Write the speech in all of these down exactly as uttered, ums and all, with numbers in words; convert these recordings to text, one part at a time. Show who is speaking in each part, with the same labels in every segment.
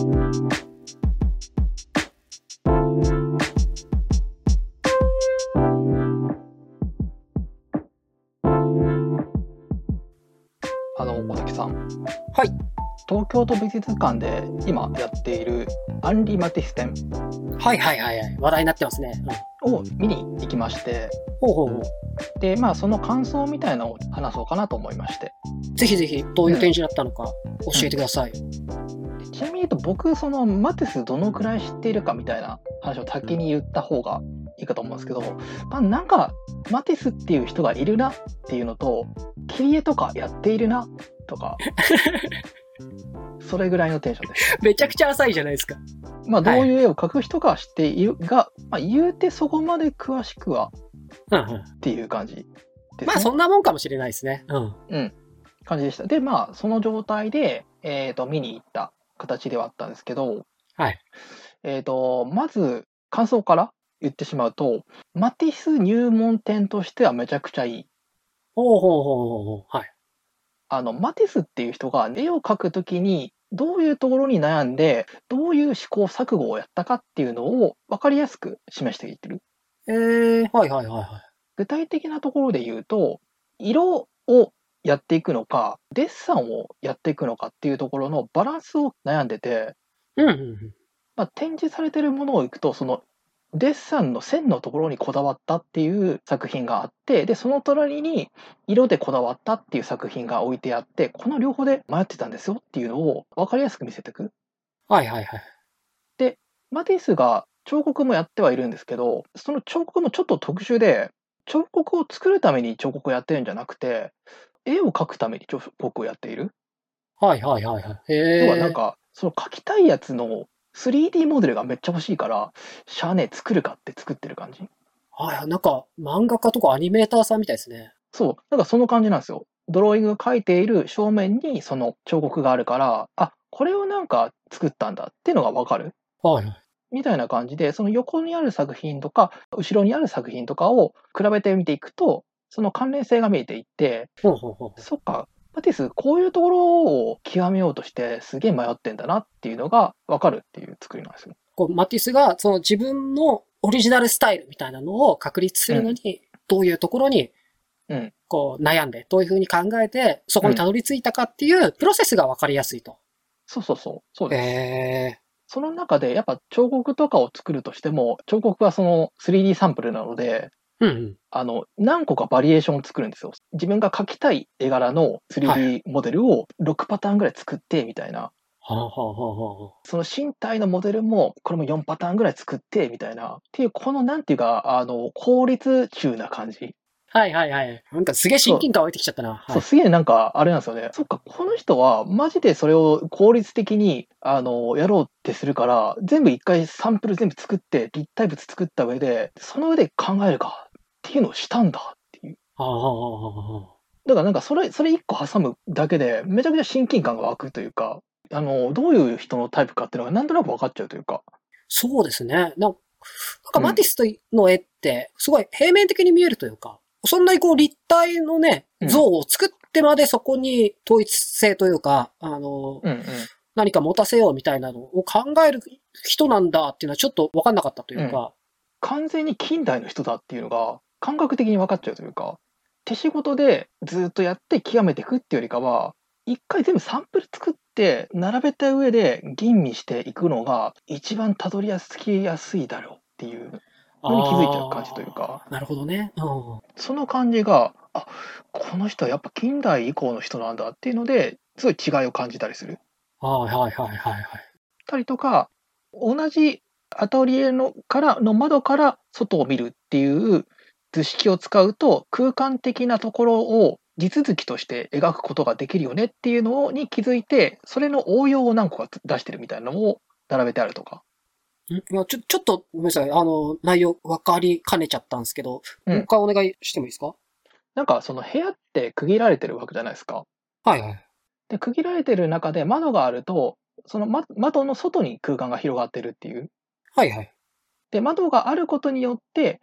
Speaker 1: あの小崎さん、
Speaker 2: はい。
Speaker 1: 東京都美術館で今やっているアンリ・マティス展
Speaker 2: はいはいはいはい。話題になってますね。うん、
Speaker 1: を見に行きまして、
Speaker 2: ほうほうほう。
Speaker 1: でまあその感想みたいなのを話そうかなと思いまして。
Speaker 2: ぜひぜひ、どういう展示だったのか教えてください。
Speaker 1: うん、ちなみに言うと、僕そのマティスどのくらい知っているかみたいな話を先に言った方がいいかと思うんですけど、まあ、なんかマティスっていう人がいるなっていうのと、切り絵とかやっているなとかそれぐらいのテンションです。
Speaker 2: めちゃくちゃ浅いじゃないですか。
Speaker 1: まあどういう絵を描く人かは知っているが、はい、まあ、言うてそこまで詳しくはっていう感じですね。
Speaker 2: まあそんなもんかもしれないですね。うん。
Speaker 1: うん。感じでした。で、まあその状態で、えーと、見に行った形ではあったんですけど、
Speaker 2: はい。
Speaker 1: えーと、まず感想から言ってしまうと、マティス入門展としてはめちゃくちゃいい。
Speaker 2: ほうほうほうほうほう。はい。
Speaker 1: あの、マティスっていう人が絵を描くときにどういうところに悩んで、どういう試行錯誤をやったかっていうのを分かりやすく示していってる。
Speaker 2: えー、はいはいはいはい。
Speaker 1: 具体的なところで言うと、色をやっていくのか、デッサンをやっていくのかっていうところのバランスを悩んでて、
Speaker 2: うんうんうん。
Speaker 1: まあ、展示されてるものをいくと、そのデッサンの線のところにこだわったっていう作品があって、でその隣に色でこだわったっていう作品が置いてあって、この両方で迷ってたんですよっていうのを分かりやすく見せていく。
Speaker 2: はいはいはい。
Speaker 1: でマティスが彫刻もやってはいるんですけど、その彫刻もちょっと特殊で、彫刻を作るために彫刻をやってるんじゃなくて、絵を描くために彫刻をやっている。
Speaker 2: はいはいはいはい。
Speaker 1: 要はなん
Speaker 2: へえ。
Speaker 1: かその描きたいやつの スリーディー モデルがめっちゃ欲しいから、しゃあねえ作るかって作ってる感じ。
Speaker 2: はい、なんか漫画家とかアニメーターさんみたいですね。
Speaker 1: そう、なんかその感じなんですよ。ドローイング描いている正面にその彫刻があるから、あ、これをなんか作ったんだっていうのがわかる。
Speaker 2: はいはい。
Speaker 1: みたいな感じで、その横にある作品とか、後ろにある作品とかを比べてみていくと、その関連性が見えていって、
Speaker 2: ほうほうほうほう。
Speaker 1: そっか、マティス、こういうところを極めようとしてすげえ迷ってんだなっていうのがわかるっていう作りなんですよ。
Speaker 2: こうマティスがその自分のオリジナルスタイルみたいなのを確立するのに、うん、どういうところにこう悩んで、どういうふうに考えて、そこにたどり着いたかっていうプロセスがわかりやすいと。
Speaker 1: そうそうそう。そうです。
Speaker 2: へー。
Speaker 1: その中でやっぱ彫刻とかを作るとしても、彫刻はその スリーディー サンプルなので、
Speaker 2: うんうん、
Speaker 1: あの何個かバリエーションを作るんですよ。自分が描きたい絵柄の スリーディー モデルをろくパターンぐらい作ってみたいな。
Speaker 2: はあはあはあはあ、
Speaker 1: その身体のモデルもこれもよんパターンぐらい作ってみたいなっていう、このなんていうか、あの効率中な感じ。
Speaker 2: はいはいはい。なんかすげえ親近感湧いてきちゃったな。
Speaker 1: そう、はい、そうすげえなんかあれなんですよね。そっか、この人はマジでそれを効率的にあのやろうってするから、全部一回サンプル全部作って立体物作った上で、その上で考えるかっていうのをしたんだっていう。
Speaker 2: はあはあはあ、
Speaker 1: だからなんかそれそれ一個挟むだけでめちゃくちゃ親近感が湧くというか、あのどういう人のタイプかっていうのがなんとなく分かっちゃうというか。
Speaker 2: そうですね。なんなんかマティスの絵ってすごい平面的に見えるというか、そんなにこう立体のね、像を作ってまでそこに統一性というか、あの、うんうん、何か持たせようみたいなのを考える人なんだっていうのはちょっと分かんなかったというか、うん、
Speaker 1: 完全に近代の人だっていうのが感覚的に分かっちゃうというか、手仕事でずっとやって極めていくっていうよりかは、一回全部サンプル作って並べた上で吟味していくのが一番たどり着きやすいだろうっていうのに気づいちゃう感じというか。
Speaker 2: なるほどね、うん、
Speaker 1: その感じが、あ、この人はやっぱ近代以降の人なんだっていうのですごい違いを感じたりする。
Speaker 2: はいはいはいはいはい。
Speaker 1: たりとか、同じアトリエのからの窓から外を見るっていう図式を使うと、空間的なところを地続きとして描くことができるよねっていうのに気づいて、それの応用を何個か出してるみたいなのを並べてあるとか。
Speaker 2: んいやちょ、ちょっとごめんなさい。あの、内容分かりかねちゃったんですけど、うん、もう一回お願いしてもいいですか？
Speaker 1: なんかその部屋って区切られてるわけじゃないですか。
Speaker 2: はいはい。
Speaker 1: で、区切られてる中で窓があると、その窓の外に空間が広がってるっていう。
Speaker 2: はいはい。
Speaker 1: で、窓があることによって、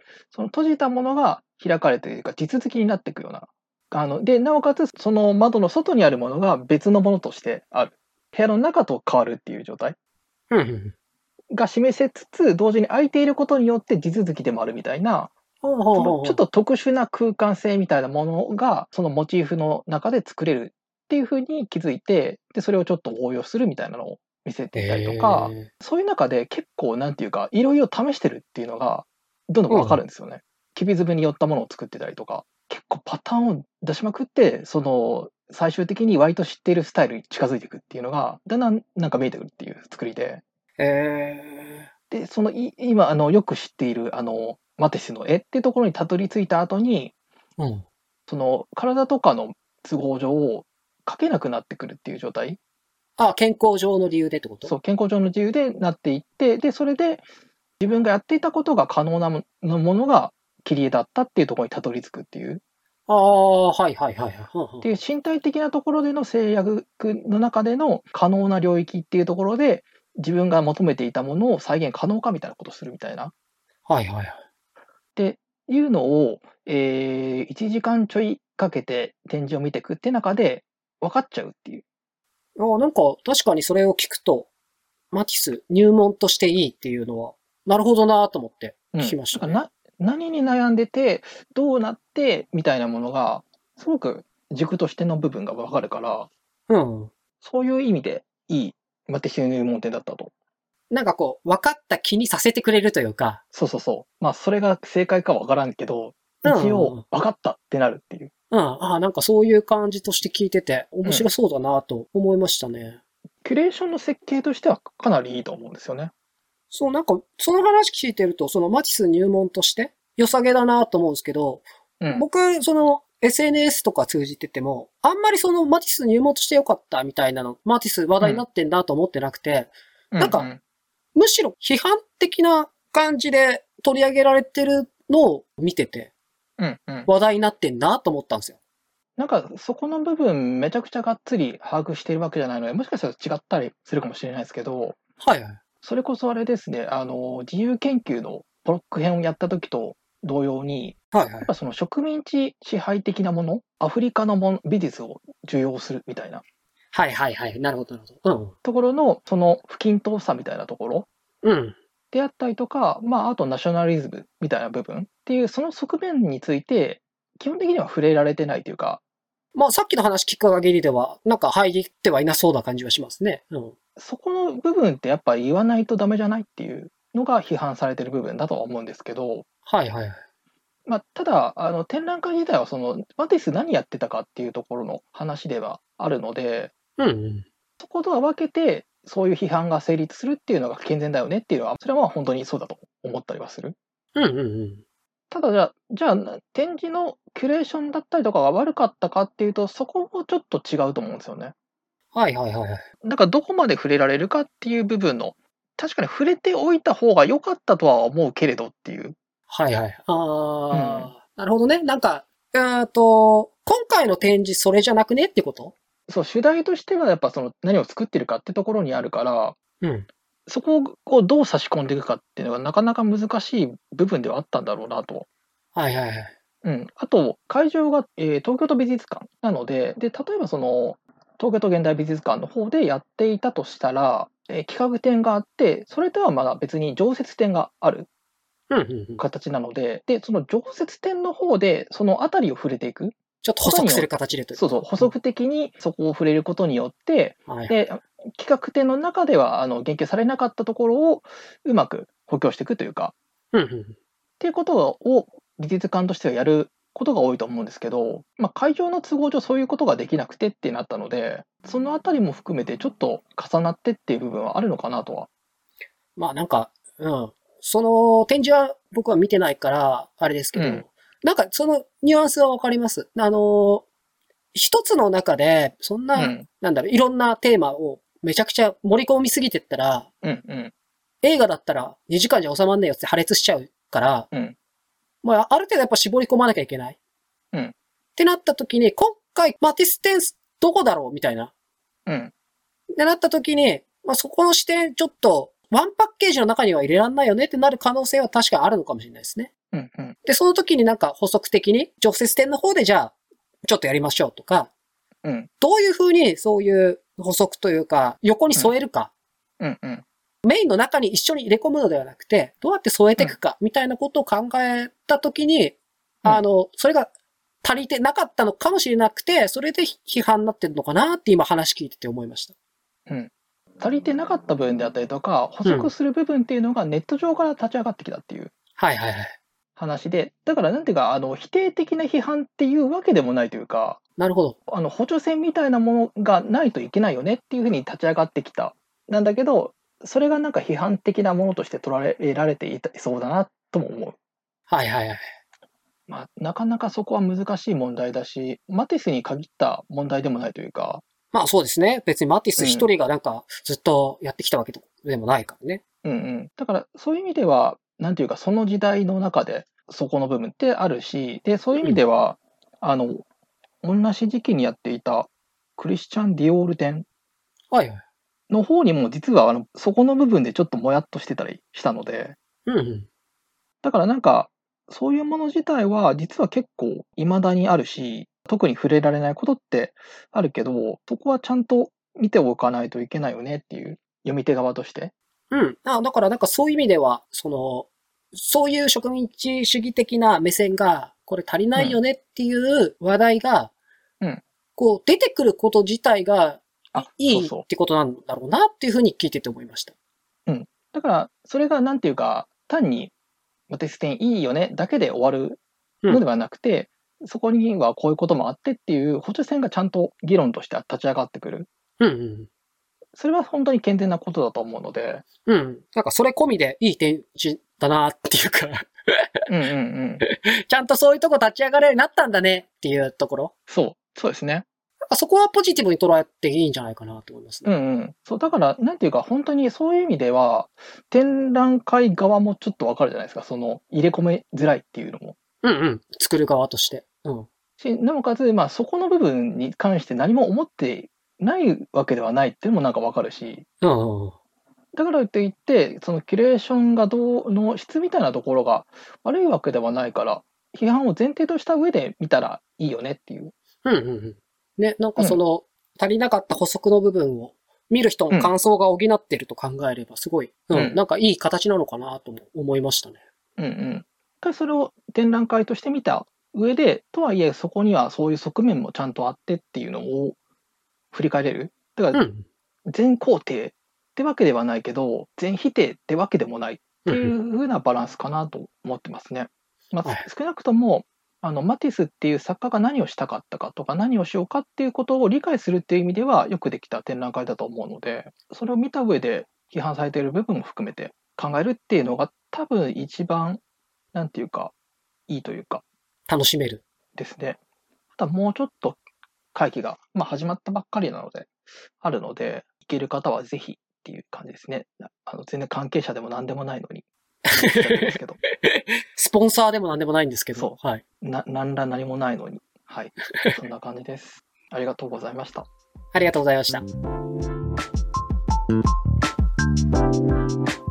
Speaker 1: その閉じたものが開かれているか、地続きになっていくような。あの、で、なおかつ、その窓の外にあるものが別のものとしてある。部屋の中と変わるっていう状態。
Speaker 2: うんうん
Speaker 1: が示せつつ、同時に空いていることによって地続きでもあるみたいな、
Speaker 2: ほうほうほうほう
Speaker 1: ちょっと特殊な空間性みたいなものが、そのモチーフの中で作れるっていう風に気づいて、で、それをちょっと応用するみたいなのを見せていたりとか、
Speaker 2: へ
Speaker 1: そういう中で結構なんていうか、いろいろ試してるっていうのが、どんどん
Speaker 2: ー。う
Speaker 1: わか
Speaker 2: ん。
Speaker 1: るんですよね。きび粒によったものを作ってたりとか、結構パターンを出しまくって、その、最終的に割と知っているスタイルに近づいていくっていうのが、だんだんなんか見えてくるっていう作りで、
Speaker 2: へえ。
Speaker 1: で、そのい今あのよく知っているあのマティスの絵っていうところにたどり着いた後に、
Speaker 2: うん。
Speaker 1: その体とかの都合上、描けなくなってくるっていう状態、
Speaker 2: あ、健康上の理由でってこと？
Speaker 1: そう、健康上の自由でなっていって、で、それで自分がやっていたことが可能なものものが切り絵だったっていうところにたどり着くっていう、
Speaker 2: ああ、はいはいはいはい。うんうん
Speaker 1: っていう身体的なところでの制約の中での可能な領域っていうところで、自分が求めていたものを再現可能かみたいなことをするみたいな。
Speaker 2: はいはいはい。
Speaker 1: っていうのを、えー、いちじかんちょいかけて展示を見ていくって中で分かっちゃうっていう。
Speaker 2: ああ、なんか確かにそれを聞くと、マティス入門としていいっていうのは、なるほどなと思って
Speaker 1: うん。
Speaker 2: 聞きましたね。
Speaker 1: だからな何に悩んでて、どうなってみたいなものが、すごく軸としての部分が分かるから、
Speaker 2: うん。
Speaker 1: そういう意味でいいマティス入門展だったと。
Speaker 2: なんかこう、分かった気にさせてくれるというか、
Speaker 1: そうそうそう。まあ、それが正解か分からんけど、
Speaker 2: うん
Speaker 1: 一応
Speaker 2: うんうん。
Speaker 1: 分かったってなるっていう。
Speaker 2: うん。ああ、なんかそういう感じとして聞いてて、面
Speaker 1: うん。
Speaker 2: 白そうだなと思いましたね。
Speaker 1: キュレーションの設計としてはかなりいいと思うんですよね。
Speaker 2: そう、なんか、その話聞いてると、そのマティス入門として良さげだなと思うんですけど、
Speaker 1: うん。
Speaker 2: 僕、その エスエヌエス とか通じてても、あんまりそのマティス入門として良かったみたいなの、マティス話題になってんだと思ってなくて、
Speaker 1: うん。
Speaker 2: なんか、
Speaker 1: うん。
Speaker 2: むしろ批判的な感じで取り上げられてるのを見てて、
Speaker 1: うんうん。
Speaker 2: 話題になってんなと思ったんですよ。
Speaker 1: なんかそこの部分めちゃくちゃがっつり把握してるわけじゃないので、もしかしたら違ったりするかもしれないですけど、
Speaker 2: はいはい。
Speaker 1: それこそあれですね、あの、自由研究のブロック編をやった時と同様に、
Speaker 2: はいはい。
Speaker 1: やっぱその植民地支配的なもの、アフリカのもの美術を受容するみたいな
Speaker 2: はいはいはい。なるほどなるほど。
Speaker 1: ところの、その不均等さみたいなところ
Speaker 2: うん。うん。
Speaker 1: であったりとか、まあ、あとナショナリズムみたいな部分っていう、その側面について、基本的には触れられてないというか、
Speaker 2: まあさっきの話聞く限りでは、なんか入ってはいなそうな感じはしますね。うん。
Speaker 1: そこの部分ってやっぱ言わないとダメじゃないっていうのが批判されてる部分だとは思うんですけど、
Speaker 2: はいはいはい。
Speaker 1: まあ、ただあの展覧会自体はそのマティス何やってたかっていうところの話ではあるので、
Speaker 2: うんうん。
Speaker 1: そことは分けてそういう批判が成立するっていうのが健全だよねっていうのは、それはまあ本当にそうだと思ったりはする。
Speaker 2: うんうんうん。
Speaker 1: ただじゃあ、じゃあ展示のキュレーションだったりとかが悪かったかっていうと、そこもちょっと違うと思うんですよね。
Speaker 2: はいはいはいはい。
Speaker 1: だからどこまで触れられるかっていう部分の、確かに触れておいた方が良かったとは思うけれどっていう。
Speaker 2: はいはい。あ
Speaker 1: うん。
Speaker 2: あ、なるほどね。なんか、えーと、今回の展示それじゃなくねってこと？
Speaker 1: そう、主題としてはやっぱその何を作ってるかってところにあるから、
Speaker 2: うん。
Speaker 1: そこをどう差し込んでいくかっていうのがなかなか難しい部分ではあったんだろうなと。
Speaker 2: はいはいはい。
Speaker 1: うん。あと、会場が、えー東京都美術館なので、で、例えばその、東京都現代美術館の方でやっていたとしたら、えー企画展があって、それとはまだ別に常設展がある
Speaker 2: うんうんうん。
Speaker 1: 形なので、で、その常設展の方で、そのあたりを触れていく
Speaker 2: ちょっと補
Speaker 1: ことによって、
Speaker 2: 足する形でという
Speaker 1: そうそう、
Speaker 2: こと。
Speaker 1: 補足的にそこを触れることによって、
Speaker 2: うん、はいはい。
Speaker 1: で、企画展の中ではあの言及されなかったところをうまく補強していくというか、
Speaker 2: うんうんうん。
Speaker 1: っていうことを美術館としてはやることが多いと思うんですけど、まあ、会場の都合上そういうことができなくてってなったので、そのあたりも含めてちょっと重なってっていう部分はあるのかなとは。
Speaker 2: まあなんか、うん。その展示は僕は見てないから、あれですけど、
Speaker 1: うん。
Speaker 2: なんかそのニュアンスはわかります。あの、一つの中で、そんな、
Speaker 1: うん。
Speaker 2: なんだろう、いろんなテーマをめちゃくちゃ盛り込みすぎてったら、
Speaker 1: うん。うん。
Speaker 2: 映画だったらにじかんじゃ収まんねえよって破裂しちゃうから、
Speaker 1: うん。
Speaker 2: まあ、ある程度やっぱ絞り込まなきゃいけない。
Speaker 1: うん。
Speaker 2: ってなった時に、今回、マティステンスどこだろうみたいな。
Speaker 1: うん。
Speaker 2: ってなった時に、まあ、そこの視点、ちょっと、ワンパッケージの中には入れらんないよねってなる可能性は確かあるのかもしれないですね。
Speaker 1: うん。うん。
Speaker 2: で、その時になんか補足的に、常設展の方でじゃあ、ちょっとやりましょうとか、
Speaker 1: うん。
Speaker 2: どういう風にそういう補足というか、横に添えるか。
Speaker 1: うん。うん。
Speaker 2: メインの中に一緒に入れ込むのではなくて、どうやって添えていくか、みたいなことを考えたときに、うん、あの、それが足りてなかったのかもしれなくて、それで批判になってるのかなって今話聞いてて思いました。
Speaker 1: うん。足りてなかった部分であったりとか、補足する部分っていうのがネット上から立ち上がってきたっていう。
Speaker 2: はいはいはい。
Speaker 1: 話で、だからなんていうか、あの、否定的な批判っていうわけでもないというか、
Speaker 2: なるほど。
Speaker 1: あの、補助線みたいなものがないといけないよねっていうふうに立ち上がってきた。なんだけど、それがなんか批判的なものとして捉えられていそうだなとも思う。
Speaker 2: はいはいはい。
Speaker 1: まあ、なかなかそこは難しい問題だし、マティスに限った問題でもないというか。
Speaker 2: まあそうですね。別にマティス一人がなんかずっとやってきたわけでもないからね。
Speaker 1: うんうん。だからそういう意味では、なんていうかその時代の中でそこの部分ってあるし、で、そういう意味では、うん、あの、同じ時期にやっていたクリスチャン・ディオール展の方にも実はあのそこの部分でちょっともやっとしてたりしたので、
Speaker 2: うんうん、
Speaker 1: だからなんかそういうもの自体は実は結構未だにあるし、特に触れられないことってあるけど、そこはちゃんと見ておかないといけないよねっていう、読み手側として。
Speaker 2: うん。あ、だからなんかそういう意味では、その、そういう植民地主義的な目線が、これ足りないよねっていう話題が、
Speaker 1: うん。
Speaker 2: こう出てくること自体がいいってことなんだろうなっていうふうに聞いてて思いました。
Speaker 1: うん。だから、それがなんていうか、単に、マティス展いいよねだけで終わるのではなくて、うん、そこにはこういうこともあってっていう補助線がちゃんと議論として立ち上がってくる。
Speaker 2: うんうん。
Speaker 1: それは本当に健全なことだと思うので。
Speaker 2: うん。なんかそれ込みでいい展示だなっていうか
Speaker 1: うんうんうん。
Speaker 2: ちゃんとそういうとこ立ち上がれるようになったんだねっていうところ。
Speaker 1: そう、そうですね。
Speaker 2: そこはポジティブに捉えていいんじゃないかなと思います
Speaker 1: ね。うんうん。そう、だから、なんていうか、本当にそういう意味では、展覧会側もちょっとわかるじゃないですか。その、入れ込めづらいっていうのも。
Speaker 2: うんうん。作る側として。うん。
Speaker 1: し、なおかつ、まあ、そこの部分に関して何も思ってないわけではないっていうのもなんかわかるし。
Speaker 2: うんうん。
Speaker 1: だからといって、そのキュレーションがどうの質みたいなところが悪いわけではないから、批判を前提とした上で見たらいいよねっていう。
Speaker 2: うんうんうん。ね、なんかその、うん、足りなかった補足の部分を見る人の感想が補ってると考えればすごい、うん、うん、なんかいい形なのかなとも思いましたね。
Speaker 1: うんうん。でそれを展覧会として見た上で、とはいえそこにはそういう側面もちゃんとあってっていうのを振り返れる。だから、全肯定ってわけではないけど、全否定ってわけでもないっていう風なバランスかなと思ってますね。まあ、少なくとも、あの、マティスっていう作家が何をしたかったかとか、何をしようかっていうことを理解するっていう意味では、よくできた展覧会だと思うので、それを見た上で批判されている部分も含めて考えるっていうのが多分一番、なんていうか、いいというか。
Speaker 2: 楽しめる。
Speaker 1: ですね。ただもうちょっと会期が、まあ、始まったばっかりなので、あるので、行ける方はぜひっていう感じですね。あの全然関係者でも何でもないのに。
Speaker 2: ですけどスポンサーでも何でもないんですけど、
Speaker 1: そう、
Speaker 2: はい、
Speaker 1: な何ら何もないのに、はい、そんな感じです。ありがとうございました。
Speaker 2: ありがとうございました。